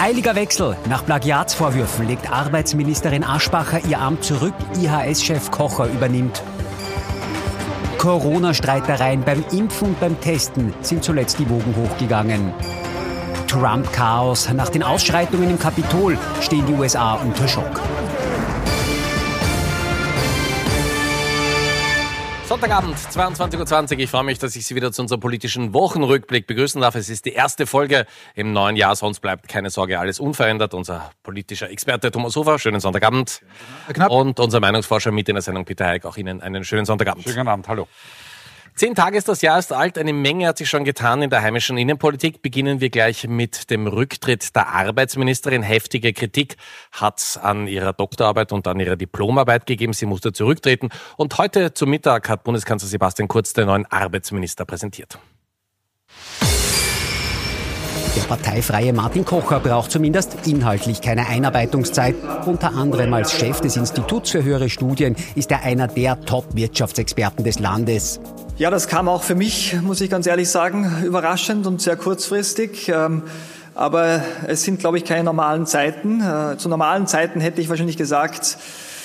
Eiliger Wechsel. Nach Plagiatsvorwürfen legt Arbeitsministerin Aschbacher ihr Amt zurück. IHS-Chef Kocher übernimmt. Corona-Streitereien beim Impfen und beim Testen sind zuletzt die Wogen hochgegangen. Trump-Chaos. Nach den Ausschreitungen im Kapitol stehen die USA unter Schock. Sonntagabend, 22:20 Uhr. Ich freue mich, dass ich Sie wieder zu unserem politischen Wochenrückblick begrüßen darf. Es ist die erste Folge im neuen Jahr, sonst bleibt keine Sorge, alles unverändert. Unser politischer Experte Thomas Hofer, schönen Sonntagabend. Und unser Meinungsforscher mit in der Sendung Peter Heik, auch Ihnen einen schönen Sonntagabend. Schönen Abend, hallo. 10 Tage ist das Jahr ist alt, eine Menge hat sich schon getan in der heimischen Innenpolitik. Beginnen wir gleich mit dem Rücktritt der Arbeitsministerin. Heftige Kritik hat es an ihrer Doktorarbeit und an ihrer Diplomarbeit gegeben. Sie musste zurücktreten. Und heute zum Mittag hat Bundeskanzler Sebastian Kurz den neuen Arbeitsminister präsentiert. Der parteifreie Martin Kocher braucht zumindest inhaltlich keine Einarbeitungszeit. Unter anderem als Chef des Instituts für höhere Studien ist er einer der Top-Wirtschaftsexperten des Landes. Ja, das kam auch für mich, muss ich ganz ehrlich sagen, überraschend und sehr kurzfristig. Aber es sind, glaube ich, keine normalen Zeiten. Zu normalen Zeiten hätte ich wahrscheinlich gesagt,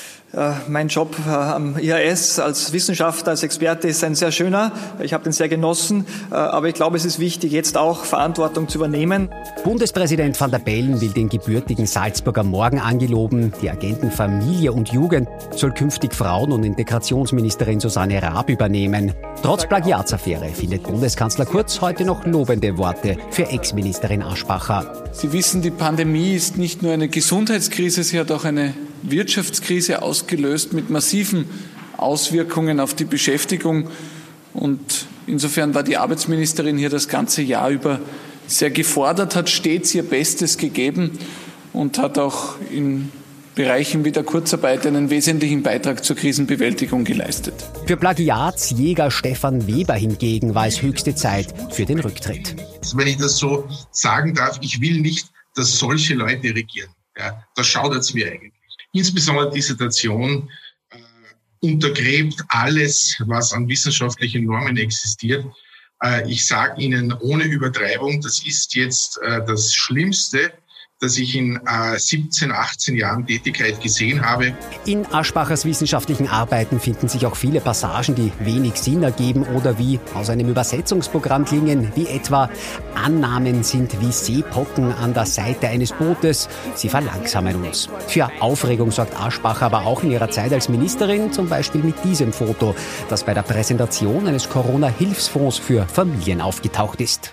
mein Job am IHS als Wissenschaftler, als Experte ist ein sehr schöner. Ich habe den sehr genossen. Aber ich glaube, es ist wichtig, jetzt auch Verantwortung zu übernehmen. Bundespräsident Van der Bellen will den gebürtigen Salzburger Morgen angeloben. Die Agenten Familie und Jugend soll künftig Frauen- und Integrationsministerin Susanne Raab übernehmen. Trotz Plagiatsaffäre findet Bundeskanzler Kurz heute noch lobende Worte für Ex-Ministerin Aschbacher. Sie wissen, die Pandemie ist nicht nur eine Gesundheitskrise, sie hat auch eine Wirtschaftskrise ausgelöst mit massiven Auswirkungen auf die Beschäftigung. Und insofern war die Arbeitsministerin hier das ganze Jahr über sehr gefordert, hat stets ihr Bestes gegeben und hat auch in Bereichen wie der Kurzarbeit einen wesentlichen Beitrag zur Krisenbewältigung geleistet. Für Plagiatsjäger Stefan Weber hingegen war es höchste Zeit für den Rücktritt. Wenn ich das so sagen darf, ich will nicht, dass solche Leute regieren. Ja, das schaudert es mir eigentlich. Insbesondere die Situation untergräbt alles, was an wissenschaftlichen Normen existiert. Ich sage Ihnen ohne Übertreibung, das ist jetzt das Schlimmste, das ich in 17, 18 Jahren Tätigkeit gesehen habe. In Aschbachers wissenschaftlichen Arbeiten finden sich auch viele Passagen, die wenig Sinn ergeben oder wie aus einem Übersetzungsprogramm klingen, wie etwa Annahmen sind wie Seepocken an der Seite eines Bootes, sie verlangsamen uns. Für Aufregung sorgt Aschbacher aber auch in ihrer Zeit als Ministerin, zum Beispiel mit diesem Foto, das bei der Präsentation eines Corona-Hilfsfonds für Familien aufgetaucht ist.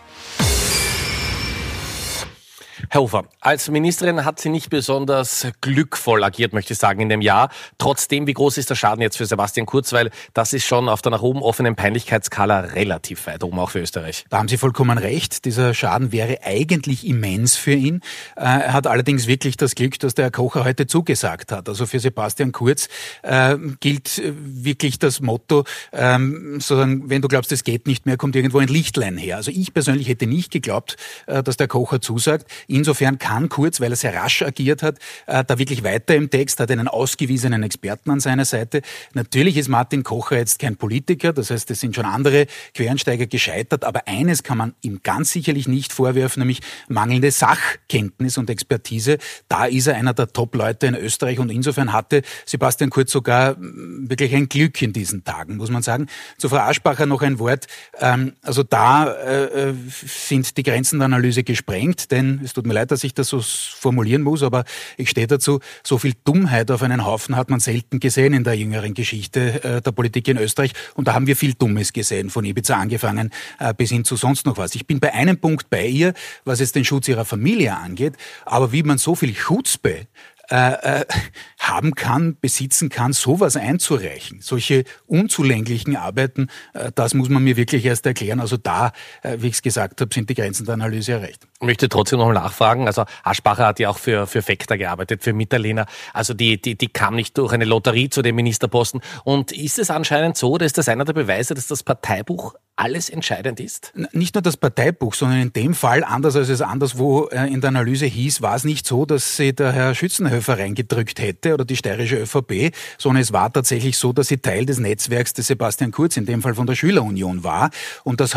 Herr Hofer, als Ministerin hat sie nicht besonders glückvoll agiert, möchte ich sagen, in dem Jahr. Trotzdem, wie groß ist der Schaden jetzt für Sebastian Kurz? Weil das ist schon auf der nach oben offenen Peinlichkeitsskala relativ weit oben, auch für Österreich. Da haben Sie vollkommen recht. Dieser Schaden wäre eigentlich immens für ihn. Er hat allerdings wirklich das Glück, dass der Herr Kocher heute zugesagt hat. Also für Sebastian Kurz gilt wirklich das Motto, sozusagen, wenn du glaubst, es geht nicht mehr, kommt irgendwo ein Lichtlein her. Also ich persönlich hätte nicht geglaubt, dass der Kocher zusagt. Insofern kann Kurz, weil er sehr rasch agiert hat, da wirklich weiter im Text, hat einen ausgewiesenen Experten an seiner Seite. Natürlich ist Martin Kocher jetzt kein Politiker, das heißt, es sind schon andere Quereinsteiger gescheitert, aber eines kann man ihm ganz sicherlich nicht vorwerfen, nämlich mangelnde Sachkenntnis und Expertise. Da ist er einer der Top-Leute in Österreich und insofern hatte Sebastian Kurz sogar wirklich ein Glück in diesen Tagen, muss man sagen. Zu Frau Aschbacher noch ein Wort. Also da sind die Grenzen der Analyse gesprengt, denn es tut mir leid, dass ich das so formulieren muss, aber ich stehe dazu, so viel Dummheit auf einen Haufen hat man selten gesehen in der jüngeren Geschichte der Politik in Österreich und da haben wir viel Dummes gesehen, von Ibiza angefangen bis hin zu sonst noch was. Ich bin bei einem Punkt bei ihr, was jetzt den Schutz ihrer Familie angeht, aber wie man so viel Chutzpe haben kann, besitzen kann, sowas einzureichen. Solche unzulänglichen Arbeiten, das muss man mir wirklich erst erklären. Also da, wie ich es gesagt habe, sind die Grenzen der Analyse erreicht. Ich möchte trotzdem noch mal nachfragen. Also Aschbacher hat ja auch für Vector gearbeitet, für Mitterlehner. Also die kam nicht durch eine Lotterie zu dem Ministerposten. Und ist es anscheinend so, oder ist das einer der Beweise, dass das Parteibuch alles entscheidend ist? Nicht nur das Parteibuch, sondern in dem Fall, anders als es anderswo in der Analyse hieß, war es nicht so, dass sie der Herr Schützenhöfer reingedrückt hätte oder die steirische ÖVP, sondern es war tatsächlich so, dass sie Teil des Netzwerks des Sebastian Kurz, in dem Fall von der Schülerunion war und das halt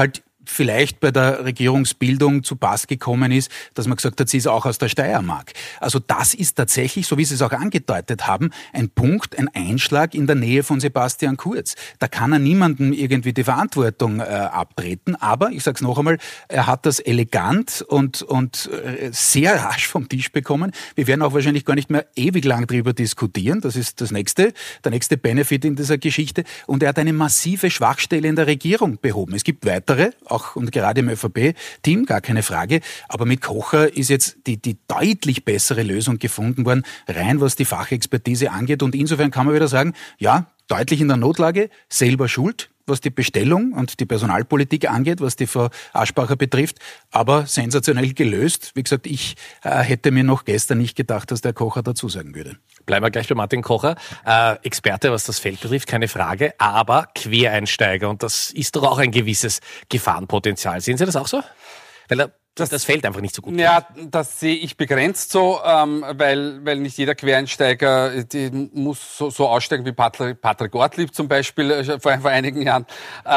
vielleicht bei der Regierungsbildung zu Pass gekommen ist, dass man gesagt hat, sie ist auch aus der Steiermark. Also das ist tatsächlich, so wie Sie es auch angedeutet haben, ein Punkt, ein Einschlag in der Nähe von Sebastian Kurz. Da kann er niemandem irgendwie die Verantwortung abtreten, aber, ich sage es noch einmal, er hat das elegant und sehr rasch vom Tisch bekommen. Wir werden auch wahrscheinlich gar nicht mehr ewig lang drüber diskutieren. Das ist der nächste Benefit in dieser Geschichte. Und er hat eine massive Schwachstelle in der Regierung behoben. Es gibt weitere, auch und gerade im ÖVP-Team, gar keine Frage. Aber mit Kocher ist jetzt die deutlich bessere Lösung gefunden worden, rein was die Fachexpertise angeht. Und insofern kann man wieder sagen, ja, deutlich in der Notlage, selber schuld, was die Bestellung und die Personalpolitik angeht, was die Frau Aschbacher betrifft, aber sensationell gelöst. Wie gesagt, ich hätte mir noch gestern nicht gedacht, dass der Kocher dazu sagen würde. Bleiben wir gleich bei Martin Kocher. Experte, was das Feld betrifft, keine Frage, aber Quereinsteiger. Und das ist doch auch ein gewisses Gefahrenpotenzial. Sehen Sie das auch so? Weil das Feld einfach nicht so gut. Ja, das sehe ich begrenzt so, weil nicht jeder Quereinsteiger muss so aussteigen wie Patrick Ortlieb zum Beispiel vor einigen Jahren.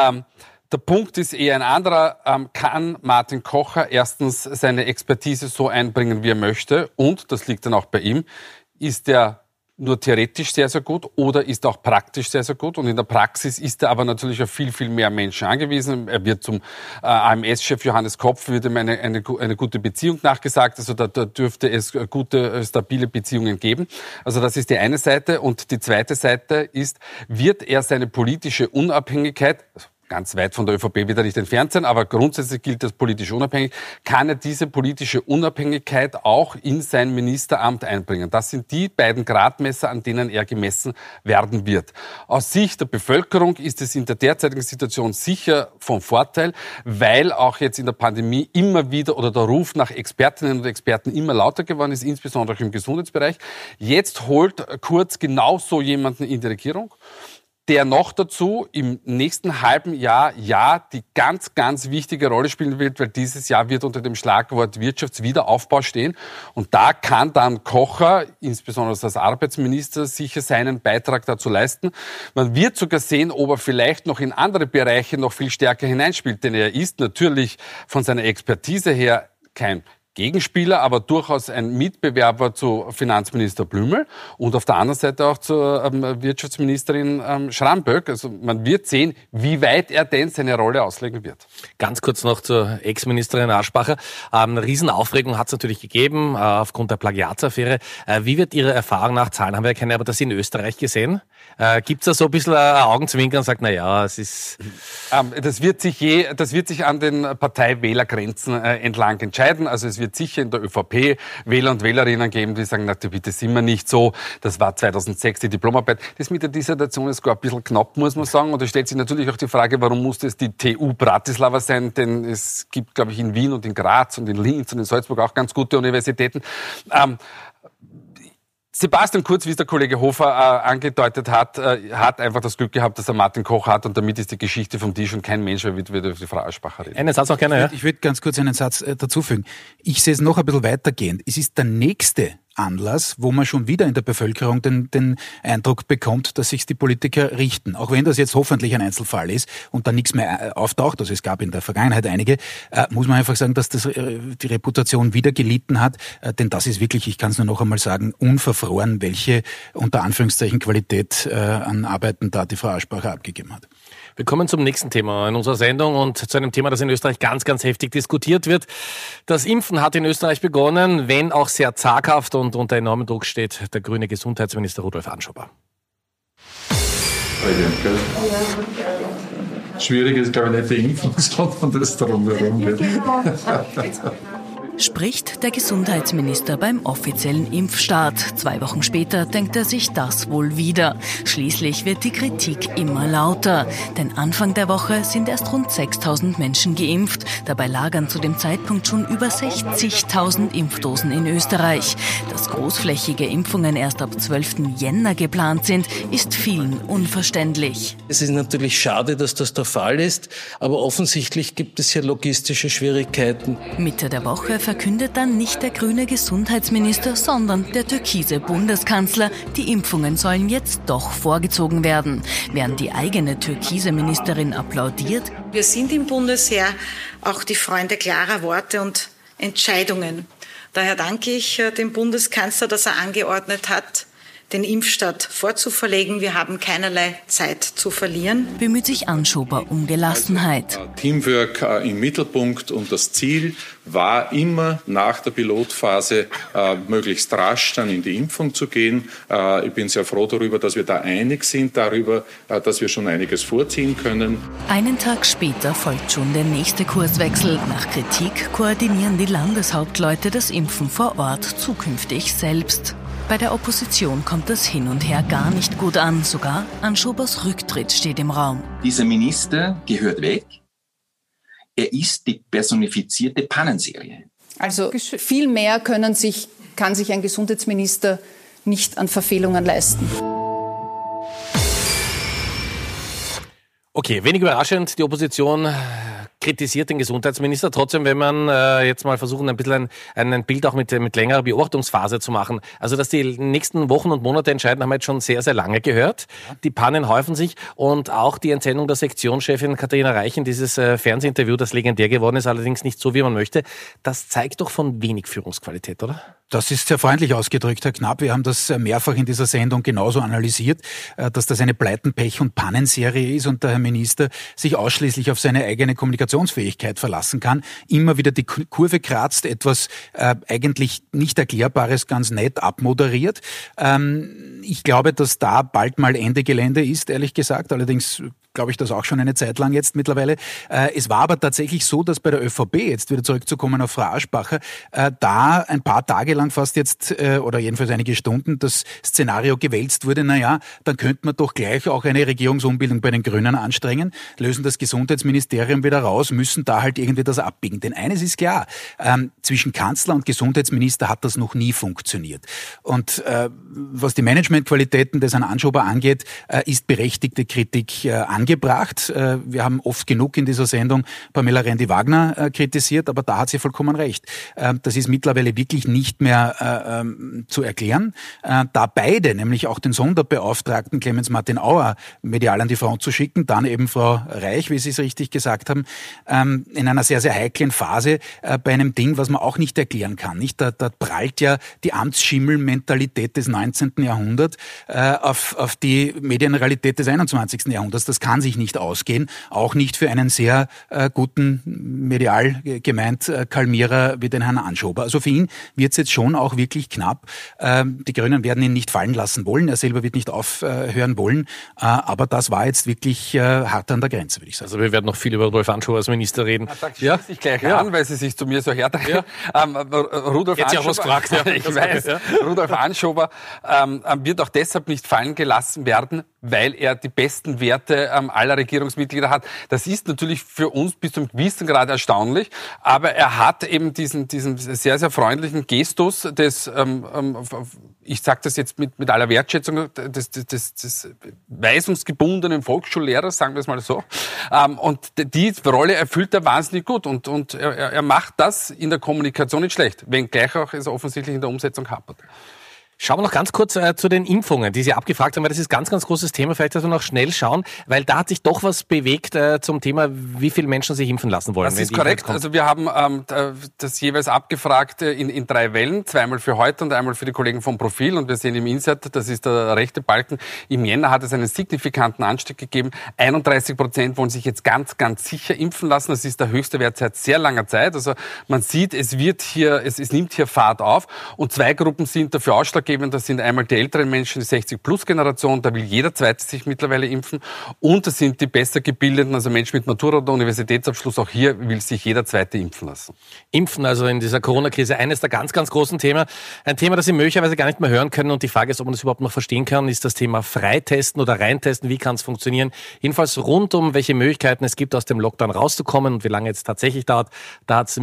Der Punkt ist eher ein anderer. Kann Martin Kocher erstens seine Expertise so einbringen, wie er möchte? Und, das liegt dann auch bei ihm, ist er nur theoretisch sehr, sehr gut oder ist auch praktisch sehr, sehr gut. Und in der Praxis ist er aber natürlich auf viel, viel mehr Menschen angewiesen. Er wird zum AMS-Chef Johannes Kopf, wird ihm eine gute Beziehung nachgesagt. Also da dürfte es gute, stabile Beziehungen geben. Also das ist die eine Seite. Und die zweite Seite ist, wird er seine politische Unabhängigkeit, ganz weit von der ÖVP wird er nicht entfernt sein, aber grundsätzlich gilt das politisch unabhängig, kann er diese politische Unabhängigkeit auch in sein Ministeramt einbringen. Das sind die beiden Gradmesser, an denen er gemessen werden wird. Aus Sicht der Bevölkerung ist es in der derzeitigen Situation sicher von Vorteil, weil auch jetzt in der Pandemie immer wieder oder der Ruf nach Expertinnen und Experten immer lauter geworden ist, insbesondere auch im Gesundheitsbereich. Jetzt holt Kurz genauso jemanden in die Regierung, der noch dazu im nächsten halben Jahr die ganz, ganz wichtige Rolle spielen wird, weil dieses Jahr wird unter dem Schlagwort Wirtschaftswiederaufbau stehen. Und da kann dann Kocher, insbesondere als Arbeitsminister, sicher seinen Beitrag dazu leisten. Man wird sogar sehen, ob er vielleicht noch in andere Bereiche noch viel stärker hineinspielt, denn er ist natürlich von seiner Expertise her kein Gegenspieler, aber durchaus ein Mitbewerber zu Finanzminister Blümel und auf der anderen Seite auch zur Wirtschaftsministerin Schramböck. Also man wird sehen, wie weit er denn seine Rolle auslegen wird. Ganz kurz noch zur Ex-Ministerin Aschbacher. Riesenaufregung hat es natürlich gegeben aufgrund der Plagiatsaffäre. Wie wird Ihrer Erfahrung nach, Zahlen haben wir ja keine, aber das in Österreich gesehen? Gibt es da so ein bisschen ein Augenzwinkern und sagt, naja, es ist... Das wird sich an den Parteiwählergrenzen entlang entscheiden. Also es wird sicher in der ÖVP Wähler und Wählerinnen geben, die sagen, na bitte sind wir nicht so. Das war 2006 die Diplomarbeit. Das mit der Dissertation ist gar ein bisschen knapp, muss man sagen. Und da stellt sich natürlich auch die Frage, warum musste es die TU Bratislava sein? Denn es gibt, glaube ich, in Wien und in Graz und in Linz und in Salzburg auch ganz gute Universitäten. Sebastian Kurz, wie es der Kollege Hofer angedeutet hat, hat einfach das Glück gehabt, dass er Martin Kocher hat und damit ist die Geschichte vom Tisch und kein Mensch wird über die Frau Aschbacher reden. Einen Satz noch gerne, ja? Ich würde ganz kurz einen Satz dazufügen. Ich sehe es noch ein bisschen weitergehend. Es ist der nächste Anlass, wo man schon wieder in der Bevölkerung den Eindruck bekommt, dass sich die Politiker richten. Auch wenn das jetzt hoffentlich ein Einzelfall ist und da nichts mehr auftaucht, also es gab in der Vergangenheit einige, muss man einfach sagen, dass das die Reputation wieder gelitten hat, denn das ist wirklich, ich kann es nur noch einmal sagen, unverfroren, welche unter Anführungszeichen Qualität an Arbeiten da die Frau Aschbacher abgegeben hat. Wir kommen zum nächsten Thema in unserer Sendung und zu einem Thema, das in Österreich ganz, ganz heftig diskutiert wird. Das Impfen hat in Österreich begonnen, wenn auch sehr zaghaft und unter enormem Druck steht der grüne Gesundheitsminister Rudolf Anschober. Schwierig ist, glaube ich, nicht die Impfung, sondern das Drumherum. Spricht der Gesundheitsminister beim offiziellen Impfstart. 2 Wochen später denkt er sich das wohl wieder. Schließlich wird die Kritik immer lauter. Denn Anfang der Woche sind erst rund 6.000 Menschen geimpft. Dabei lagern zu dem Zeitpunkt schon über 60.000 Impfdosen in Österreich. Dass großflächige Impfungen erst ab 12. Jänner geplant sind, ist vielen unverständlich. Es ist natürlich schade, dass das der Fall ist, aber offensichtlich gibt es hier logistische Schwierigkeiten. Mitte der Woche verkündet dann nicht der grüne Gesundheitsminister, sondern der türkise Bundeskanzler. Die Impfungen sollen jetzt doch vorgezogen werden. Während die eigene türkise Ministerin applaudiert. Wir sind im Bundesheer auch die Freunde klarer Worte und Entscheidungen. Daher danke ich dem Bundeskanzler, dass er angeordnet hat, den Impfstart vorzuverlegen. Wir haben keinerlei Zeit zu verlieren. Bemüht sich Anschober um Gelassenheit. Teamwork im Mittelpunkt und das Ziel war immer nach der Pilotphase möglichst rasch dann in die Impfung zu gehen. Ich bin sehr froh darüber, dass wir da einig sind, darüber, dass wir schon einiges vorziehen können. Einen Tag später folgt schon der nächste Kurswechsel. Nach Kritik koordinieren die Landeshauptleute das Impfen vor Ort zukünftig selbst. Bei der Opposition kommt das Hin und Her gar nicht gut an. Sogar Anschobers Rücktritt steht im Raum. Dieser Minister gehört weg. Er ist die personifizierte Pannenserie. Also viel mehr kann sich ein Gesundheitsminister nicht an Verfehlungen leisten. Okay, wenig überraschend, die Opposition kritisiert den Gesundheitsminister. Trotzdem, wenn man jetzt mal versuchen, ein bisschen ein Bild auch mit längerer Beobachtungsphase zu machen. Also, dass die nächsten Wochen und Monate entscheiden, haben wir jetzt schon sehr, sehr lange gehört. Die Pannen häufen sich und auch die Entsendung der Sektionschefin Katharina Reich in dieses Fernsehinterview, das legendär geworden ist, allerdings nicht so, wie man möchte. Das zeigt doch von wenig Führungsqualität, oder? Das ist sehr freundlich ausgedrückt, Herr Knapp. Wir haben das mehrfach in dieser Sendung genauso analysiert, dass das eine Pleiten-, Pech- und Pannenserie ist und der Herr Minister sich ausschließlich auf seine eigene Kommunikationsfähigkeit verlassen kann, immer wieder die Kurve kratzt, etwas eigentlich nicht Erklärbares ganz nett abmoderiert. Ich glaube, dass da bald mal Ende Gelände ist, ehrlich gesagt. Allerdings glaube ich das auch schon eine Zeit lang jetzt mittlerweile. Es war aber tatsächlich so, dass bei der ÖVP, jetzt wieder zurückzukommen auf Frau Aschbacher, da ein paar Tage lang fast jetzt, oder jedenfalls einige Stunden, das Szenario gewälzt wurde, dann könnte man doch gleich auch eine Regierungsumbildung bei den Grünen anstrengen, lösen das Gesundheitsministerium wieder raus, müssen da halt irgendwie das abbiegen. Denn eines ist klar, zwischen Kanzler und Gesundheitsminister hat das noch nie funktioniert. Und was die Managementqualitäten des Herrn Anschober angeht, ist berechtigte Kritik angebracht. Wir haben oft genug in dieser Sendung Pamela Rendi-Wagner kritisiert, aber da hat sie vollkommen recht. Das ist mittlerweile wirklich nicht mehr zu erklären. Da beide, nämlich auch den Sonderbeauftragten Clemens Martin Auer medial an die Front zu schicken, dann eben Frau Reich, wie Sie es richtig gesagt haben, in einer sehr, sehr heiklen Phase bei einem Ding, was man auch nicht erklären kann. Nicht? Da prallt ja die Amtsschimmelmentalität des 19. Jahrhunderts auf die Medienrealität des 21. Jahrhunderts. Das kann sich nicht ausgehen, auch nicht für einen sehr guten, medial gemeint, Kalmierer wie den Herrn Anschober. Also für ihn wird es jetzt schon auch wirklich knapp. Die Grünen werden ihn nicht fallen lassen wollen, er selber wird nicht aufhören wollen, aber das war jetzt wirklich hart an der Grenze, würde ich sagen. Also wir werden noch viel über Rudolf Anschober als Minister reden. Ja, schließe ich gleich an, weil Sie sich zu mir so härter. Ja. Rudolf Anschober, ja was gefragt, ja. Ich weiß, Rudolf Anschober wird auch deshalb nicht fallen gelassen werden, weil er die besten Werte aller Regierungsmitglieder hat. Das ist natürlich für uns bis zum gewissen Grad erstaunlich, aber er hat eben diesen sehr, sehr freundlichen Gestus des, ich sage das jetzt mit aller Wertschätzung, des weisungsgebundenen Volksschullehrers, sagen wir es mal so. Und die Rolle erfüllt er wahnsinnig gut und er macht das in der Kommunikation nicht schlecht, wenngleich auch es offensichtlich in der Umsetzung hapert. Schauen wir noch ganz kurz zu den Impfungen, die Sie abgefragt haben, weil das ist ein ganz, ganz großes Thema. Vielleicht dass wir noch schnell schauen, weil da hat sich doch was bewegt zum Thema, wie viele Menschen sich impfen lassen wollen. Das ist korrekt. Also wir haben das jeweils abgefragt in 3 Wellen, zweimal für heute und einmal für die Kollegen vom Profil. Und wir sehen im Insert, das ist der rechte Balken, im Jänner hat es einen signifikanten Anstieg gegeben. 31% wollen sich jetzt ganz, ganz sicher impfen lassen. Das ist der höchste Wert seit sehr langer Zeit. Also man sieht, es nimmt hier Fahrt auf. Und 2 Gruppen sind dafür ausschlaggebend. Das sind einmal die älteren Menschen, die 60-Plus-Generation, da will jeder Zweite sich mittlerweile impfen. Und das sind die besser gebildeten, also Menschen mit Matura oder Universitätsabschluss. Auch hier will sich jeder Zweite impfen lassen. Impfen, also in dieser Corona-Krise, eines der ganz, ganz großen Themen. Ein Thema, das Sie möglicherweise gar nicht mehr hören können. Und die Frage ist, ob man das überhaupt noch verstehen kann, ist das Thema Freitesten oder Reintesten. Wie kann es funktionieren? Jedenfalls rund um welche Möglichkeiten es gibt, aus dem Lockdown rauszukommen und wie lange es tatsächlich dauert. Da hat es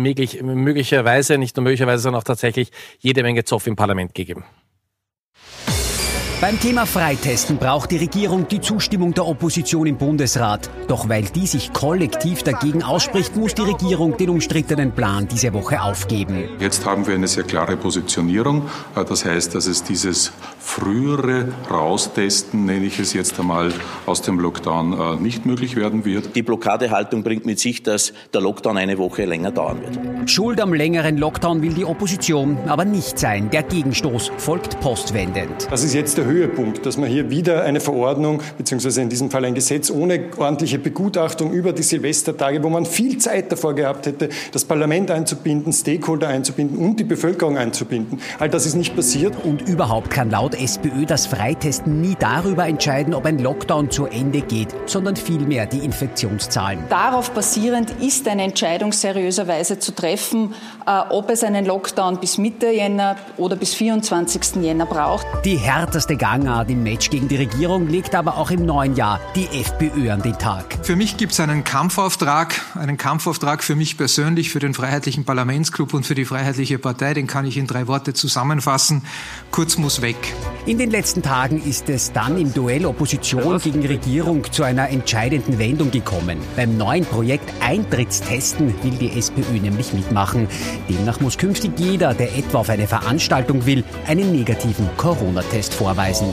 möglicherweise, nicht nur möglicherweise, sondern auch tatsächlich jede Menge Zoff im Parlament gegeben. Beim Thema Freitesten braucht die Regierung die Zustimmung der Opposition im Bundesrat. Doch weil die sich kollektiv dagegen ausspricht, muss die Regierung den umstrittenen Plan diese Woche aufgeben. Jetzt haben wir eine sehr klare Positionierung. Das heißt, dass es dieses frühere Raustesten, nenne ich es jetzt einmal, aus dem Lockdown nicht möglich werden wird. Die Blockadehaltung bringt mit sich, dass der Lockdown eine Woche länger dauern wird. Schuld am längeren Lockdown will die Opposition aber nicht sein. Der Gegenstoß folgt postwendend. Das ist jetzt der Höhepunkt, dass man hier wieder eine Verordnung, beziehungsweise in diesem Fall ein Gesetz ohne ordentliche Begutachtung über die Silvestertage, wo man viel Zeit davor gehabt hätte, das Parlament einzubinden, Stakeholder einzubinden und die Bevölkerung einzubinden. All das ist nicht passiert. Und überhaupt kann laut SPÖ das Freitesten nie darüber entscheiden, ob ein Lockdown zu Ende geht, sondern vielmehr die Infektionszahlen. Darauf basierend ist eine Entscheidung seriöserweise zu treffen, ob es einen Lockdown bis Mitte Jänner oder bis 24. Jänner braucht. Die härteste Gangart im Match gegen die Regierung legt aber auch im neuen Jahr die FPÖ an den Tag. Für mich gibt es einen Kampfauftrag für mich persönlich, für den Freiheitlichen Parlamentsclub und für die Freiheitliche Partei. Den kann ich in 3 Worte zusammenfassen. Kurz muss weg. In den letzten Tagen ist es dann im Duell Opposition gegen Regierung zu einer entscheidenden Wendung gekommen. Beim neuen Projekt Eintrittstesten will die SPÖ nämlich mitmachen. Demnach muss künftig jeder, der etwa auf eine Veranstaltung will, einen negativen Corona-Test vorweisen.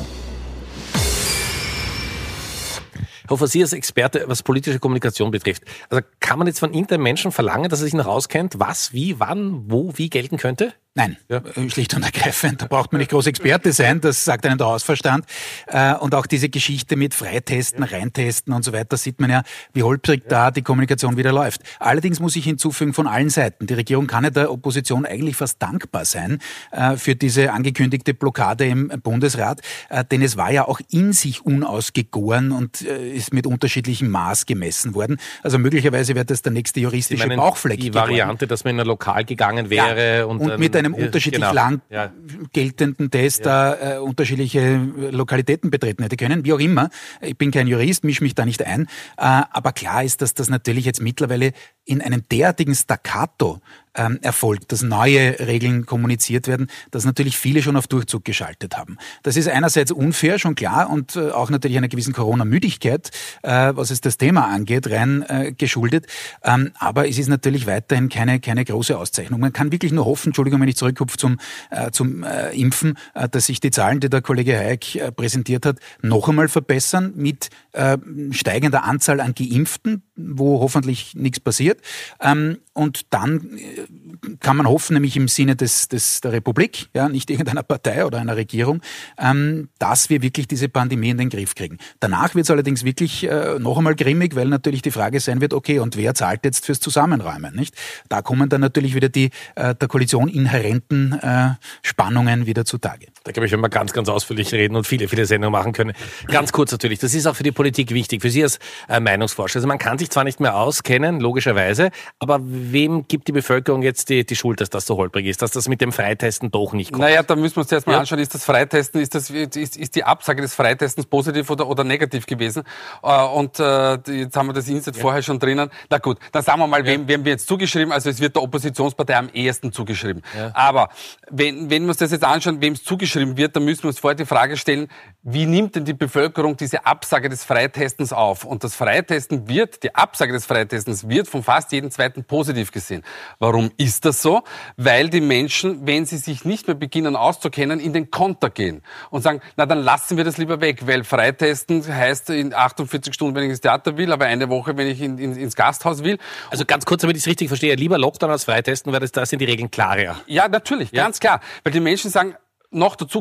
Hofer, Sie als Experte, was politische Kommunikation betrifft, also kann man jetzt von irgendeinem Menschen verlangen, dass er sich noch auskennt, was, wie, wann, wo, wie gelten könnte? Nein, schlicht und ergreifend. Da braucht man nicht groß Experte sein, das sagt einem der Hausverstand. Und auch diese Geschichte mit Freitesten, Reintesten und so weiter, sieht man ja, wie holprig da die Kommunikation wieder läuft. Allerdings muss ich hinzufügen, von allen Seiten. Die Regierung kann ja der Opposition eigentlich fast dankbar sein für diese angekündigte Blockade im Bundesrat, denn es war ja auch in sich unausgegoren und ist mit unterschiedlichem Maß gemessen worden. Also möglicherweise wäre das der nächste juristische Bauchfleck geworden. Die Variante, dass man in ein Lokal gegangen wäre und mit einem unterschiedlich lang geltenden Test da unterschiedliche Lokalitäten betreten hätte können, wie auch immer. Ich bin kein Jurist, mische mich da nicht ein. Aber klar ist, dass das natürlich jetzt mittlerweile in einem derartigen Staccato erfolgt, dass neue Regeln kommuniziert werden, dass natürlich viele schon auf Durchzug geschaltet haben. Das ist einerseits unfair, schon klar, und auch natürlich einer gewissen Corona-Müdigkeit, was es das Thema angeht, rein geschuldet. Aber es ist natürlich weiterhin keine große Auszeichnung. Man kann wirklich nur hoffen, Entschuldigung, wenn ich zurückhupfe zum Impfen, dass sich die Zahlen, die der Kollege Hayek präsentiert hat, noch einmal verbessern mit steigender Anzahl an Geimpften, wo hoffentlich nichts passiert. Und dann kann man hoffen, nämlich im Sinne der Republik, ja, nicht irgendeiner Partei oder einer Regierung, dass wir wirklich diese Pandemie in den Griff kriegen. Danach wird es allerdings wirklich noch einmal grimmig, weil natürlich die Frage sein wird, okay, und wer zahlt jetzt fürs Zusammenräumen, nicht? Da kommen dann natürlich wieder die der Koalition inhärenten Spannungen wieder zutage. Da glaube ich, wenn wir ganz, ganz ausführlich reden und viele Sendungen machen können. Ganz kurz natürlich, das ist auch für die Politik wichtig, für Sie als Meinungsforscher. Also man kann sich zwar nicht mehr auskennen, logischerweise, aber wem gibt die Bevölkerung jetzt die Schuld, dass das so holprig ist, dass das mit dem Freitesten doch nicht kommt? Naja, da müssen wir uns zuerst mal anschauen, ist das Freitesten, ist die Absage des Freitestens positiv oder negativ gewesen? Und jetzt haben wir das Inset vorher schon drinnen. Na gut, dann sagen wir mal, wem wir jetzt zugeschrieben, also es wird der Oppositionspartei am ehesten zugeschrieben. Ja. Aber wenn wir uns das jetzt anschauen, wem es zugeschrieben wird, dann müssen wir uns vorher die Frage stellen, wie nimmt denn die Bevölkerung diese Absage des Freitestens auf? Und die Absage des Freitestens wird von fast jedem Zweiten positiv gesehen. Warum ist das so? Weil die Menschen, wenn sie sich nicht mehr beginnen auszukennen, in den Konter gehen und sagen, na dann lassen wir das lieber weg, weil Freitesten heißt in 48 Stunden, wenn ich ins Theater will, aber eine Woche, wenn ich ins Gasthaus will. Also ganz kurz, damit ich es richtig verstehe, lieber Lockdown als Freitesten, weil da sind die Regeln klarer. Ja, natürlich, ganz klar. Weil die Menschen sagen, noch dazu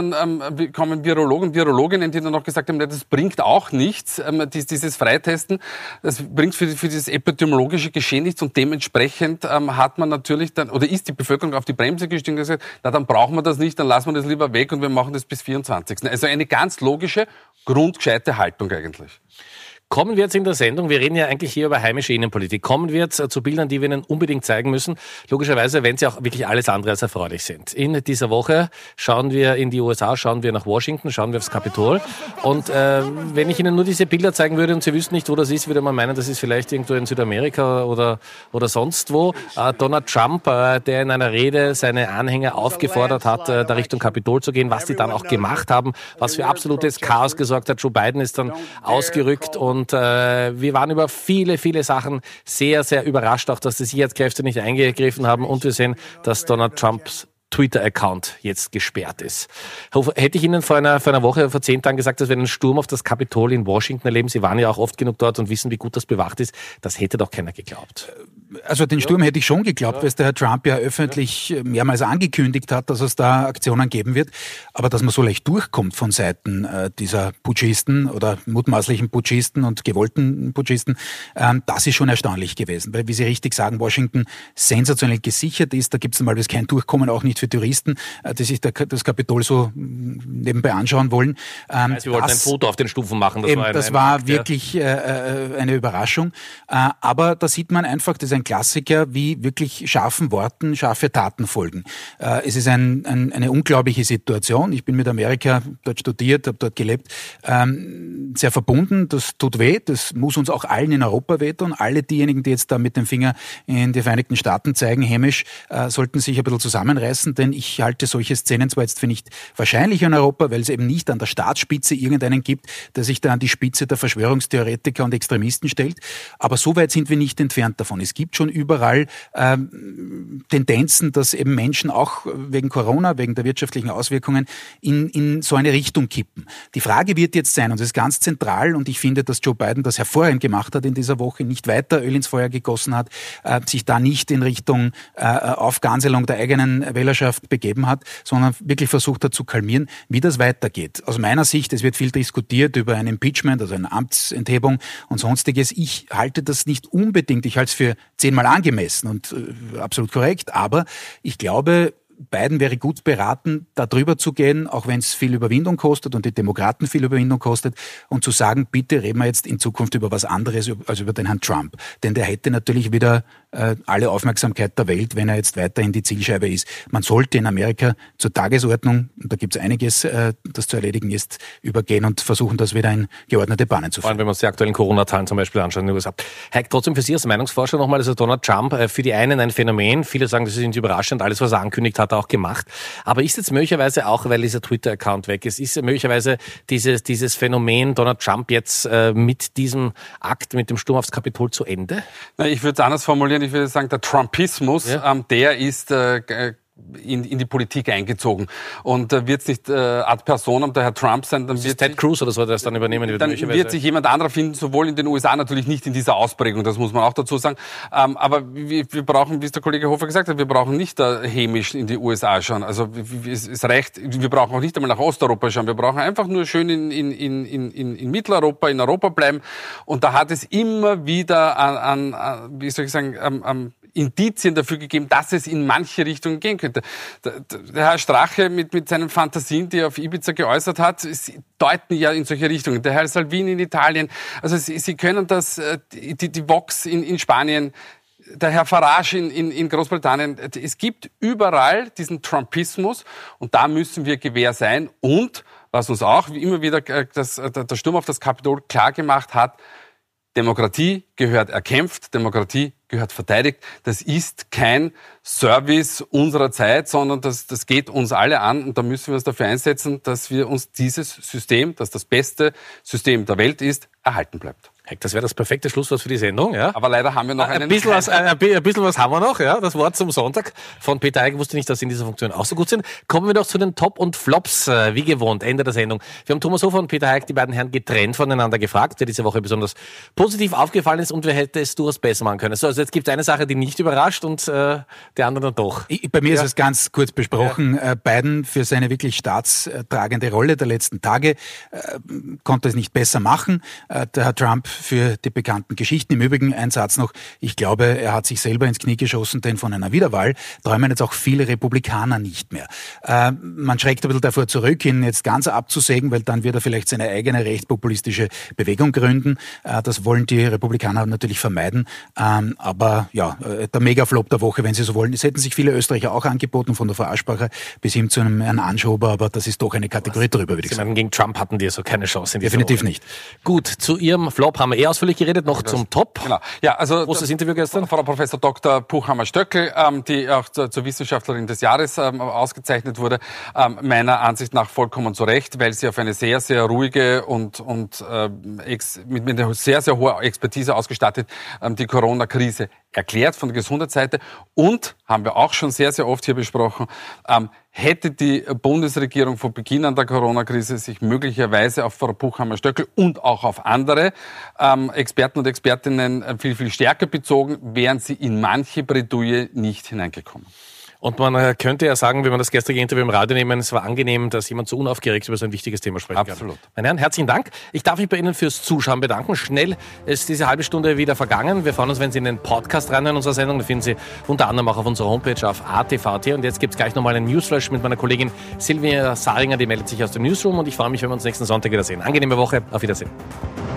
kommen Virologen, Virologinnen, die dann noch gesagt haben, das bringt auch nichts, dieses Freitesten. Das bringt für dieses epidemiologische Geschehen nichts und dementsprechend hat man natürlich dann, oder ist die Bevölkerung auf die Bremse gestiegen und gesagt, na dann brauchen wir das nicht, dann lassen wir das lieber weg und wir machen das bis 24. Also eine ganz logische, grundgescheite Haltung eigentlich. Kommen wir jetzt in der Sendung, wir reden ja eigentlich hier über heimische Innenpolitik, kommen wir jetzt zu Bildern, die wir Ihnen unbedingt zeigen müssen, logischerweise, wenn sie auch wirklich alles andere als erfreulich sind. In dieser Woche schauen wir in die USA, schauen wir nach Washington, schauen wir aufs Kapitol und wenn ich Ihnen nur diese Bilder zeigen würde und Sie wüssten nicht, wo das ist, würde man meinen, das ist vielleicht irgendwo in Südamerika oder sonst wo. Donald Trump, der in einer Rede seine Anhänger aufgefordert hat, da Richtung Kapitol zu gehen, was sie dann auch gemacht haben, was für absolutes Chaos gesorgt hat. Joe Biden ist dann ausgerückt und wir waren über viele, viele Sachen sehr, sehr überrascht, auch dass die Sicherheitskräfte nicht eingegriffen haben und wir sehen, dass Donald Trumps Twitter-Account jetzt gesperrt ist. Hätte ich Ihnen vor einer Woche, vor 10 Tagen gesagt, dass wir einen Sturm auf das Kapitol in Washington erleben, Sie waren ja auch oft genug dort und wissen, wie gut das bewacht ist, das hätte doch keiner geglaubt. Also den Sturm hätte ich schon geglaubt, weil es der Herr Trump ja öffentlich mehrmals angekündigt hat, dass es da Aktionen geben wird. Aber dass man so leicht durchkommt von Seiten dieser Putschisten oder mutmaßlichen Putschisten und gewollten Putschisten, das ist schon erstaunlich gewesen. Weil, wie Sie richtig sagen, Washington sensationell gesichert ist. Da gibt es normalerweise kein Durchkommen, auch nicht für Touristen, die sich das Kapitol so nebenbei anschauen wollen. Wir wollten ein Foto auf den Stufen machen. Das war wirklich eine Überraschung. Aber da sieht man einfach, das ist ein Klassiker, wie wirklich scharfen Worten scharfe Taten folgen. Es ist eine unglaubliche Situation. Ich bin mit Amerika dort studiert, habe dort gelebt, sehr verbunden. Das tut weh. Das muss uns auch allen in Europa wehtun. Alle diejenigen, die jetzt da mit dem Finger in die Vereinigten Staaten zeigen, hämisch, sollten sich ein bisschen zusammenreißen, denn ich halte solche Szenen zwar jetzt für nicht wahrscheinlich in Europa, weil es eben nicht an der Staatsspitze irgendeinen gibt, der sich da an die Spitze der Verschwörungstheoretiker und Extremisten stellt, aber so weit sind wir nicht entfernt davon. Es gibt schon überall Tendenzen, dass eben Menschen auch wegen Corona, wegen der wirtschaftlichen Auswirkungen in so eine Richtung kippen. Die Frage wird jetzt sein, und das ist ganz zentral, und ich finde, dass Joe Biden das hervorragend gemacht hat in dieser Woche, nicht weiter Öl ins Feuer gegossen hat, sich da nicht in Richtung Aufganzelung der eigenen Wählerschaft begeben hat, sondern wirklich versucht hat zu kalmieren, wie das weitergeht. Aus meiner Sicht, es wird viel diskutiert über ein Impeachment, also eine Amtsenthebung und sonstiges. Ich halte das nicht unbedingt, ich halte es für 10-mal angemessen und absolut korrekt, aber ich glaube, Biden wäre gut beraten, da drüber zu gehen, auch wenn es viel Überwindung kostet und die Demokraten viel Überwindung kostet, und zu sagen, bitte reden wir jetzt in Zukunft über was anderes als über den Herrn Trump. Denn der hätte natürlich wieder alle Aufmerksamkeit der Welt, wenn er jetzt weiterhin die Zielscheibe ist. Man sollte in Amerika zur Tagesordnung, und da gibt es einiges, das zu erledigen ist, übergehen und versuchen, das wieder in geordnete Bahnen zu führen. Vor allem, wenn wir uns die aktuellen Corona-Zahlen zum Beispiel anschauen in den USA. Heik, trotzdem für Sie als Meinungsforscher nochmal, also Donald Trump, für die einen ein Phänomen, viele sagen, das ist nicht überraschend, alles, was er ankündigt hat, er auch gemacht. Aber ist jetzt möglicherweise auch, weil dieser Twitter-Account weg ist möglicherweise dieses Phänomen Donald Trump jetzt mit diesem Akt, mit dem Sturm aufs Kapitol zu Ende? Na, ich würde es anders formulieren. Ich würde sagen, der Trumpismus, der ist in die Politik eingezogen. Und wird es nicht ad personam der Herr Trump sein, dann wird Ted Cruz oder so, der das dann übernehmen. Dann wird sich jemand anderer finden, sowohl in den USA natürlich nicht in dieser Ausprägung, das muss man auch dazu sagen. Aber wir brauchen, wie es der Kollege Hofer gesagt hat, wir brauchen nicht hämisch in die USA schauen. Also es reicht, wir brauchen auch nicht einmal nach Osteuropa schauen. Wir brauchen einfach nur schön in Mitteleuropa, in Europa bleiben. Und da hat es immer wieder wie soll ich sagen, Indizien dafür gegeben, dass es in manche Richtungen gehen könnte. Der Herr Strache mit seinen Fantasien, die er auf Ibiza geäußert hat, deuten ja in solche Richtungen. Der Herr Salvini in Italien, also Sie können das, die Vox in Spanien, der Herr Farage in Großbritannien, es gibt überall diesen Trumpismus und da müssen wir Gewähr sein. Und was uns auch immer wieder der Sturm auf das Kapitol klar gemacht hat, Demokratie gehört erkämpft, Demokratie gehört verteidigt. Das ist kein Service unserer Zeit, sondern das geht uns alle an und da müssen wir uns dafür einsetzen, dass wir uns dieses System, das das beste System der Welt ist, erhalten bleibt. Heck, das wäre das perfekte Schlusswort für die Sendung, ja. Aber leider haben wir noch ein bisschen was haben wir noch, ja. Das Wort zum Sonntag von Peter Heik. Wusste nicht, dass Sie in dieser Funktion auch so gut sind. Kommen wir doch zu den Top und Flops, wie gewohnt, Ende der Sendung. Wir haben Thomas Hofer und Peter Heik, die beiden Herren, getrennt voneinander gefragt, wer diese Woche besonders positiv aufgefallen ist und wer hätte es durchaus besser machen können. So, also jetzt gibt es eine Sache, die nicht überrascht und die andere dann doch. Bei mir ist es ganz kurz besprochen. Ja. Biden für seine wirklich staatstragende Rolle der letzten Tage konnte es nicht besser machen. Der Herr Trump für die bekannten Geschichten. Im Übrigen ein Satz noch, ich glaube, er hat sich selber ins Knie geschossen, denn von einer Wiederwahl träumen jetzt auch viele Republikaner nicht mehr. Man schreckt ein bisschen davor zurück, ihn jetzt ganz abzusägen, weil dann wird er vielleicht seine eigene rechtspopulistische Bewegung gründen. Das wollen die Republikaner natürlich vermeiden. Aber ja, der Megaflop der Woche, wenn Sie so wollen. Es hätten sich viele Österreicher auch angeboten, von der Frau Aschbacher bis hin zu einem Herrn Anschober, aber das ist doch eine Kategorie drüber, würde ich sagen. Gegen Trump hatten die so keine Chance. Definitiv nicht. Gut, zu Ihrem Flop haben wir ausführlich geredet, noch zum Top. Genau. Ja, also großes Interview gestern. Frau Professor Dr. Puchhammer-Stöckl, die auch zur Wissenschaftlerin des Jahres ausgezeichnet wurde, meiner Ansicht nach vollkommen zu Recht, weil sie auf eine sehr, sehr ruhige und mit einer sehr, sehr hohen Expertise ausgestattet die Corona-Krise erklärt von der Gesundheitsseite. Und, haben wir auch schon sehr, sehr oft hier besprochen, hätte die Bundesregierung von Beginn an der Corona-Krise sich möglicherweise auf Frau Puchhammer-Stöckl und auch auf andere Experten und Expertinnen viel, viel stärker bezogen, wären sie in manche Bredouille nicht hineingekommen. Und man könnte ja sagen, wenn man das gestrige Interview im Radio nehmen, es war angenehm, dass jemand so unaufgeregt über so ein wichtiges Thema sprechen kann. Absolut. Meine Herren, herzlichen Dank. Ich darf mich bei Ihnen fürs Zuschauen bedanken. Schnell ist diese halbe Stunde wieder vergangen. Wir freuen uns, wenn Sie in den Podcast reinhören unserer Sendung. Den finden Sie unter anderem auch auf unserer Homepage auf ATV.at. Und jetzt gibt es gleich nochmal einen Newsflash mit meiner Kollegin Silvia Saringer. Die meldet sich aus dem Newsroom und ich freue mich, wenn wir uns nächsten Sonntag wiedersehen. Angenehme Woche. Auf Wiedersehen.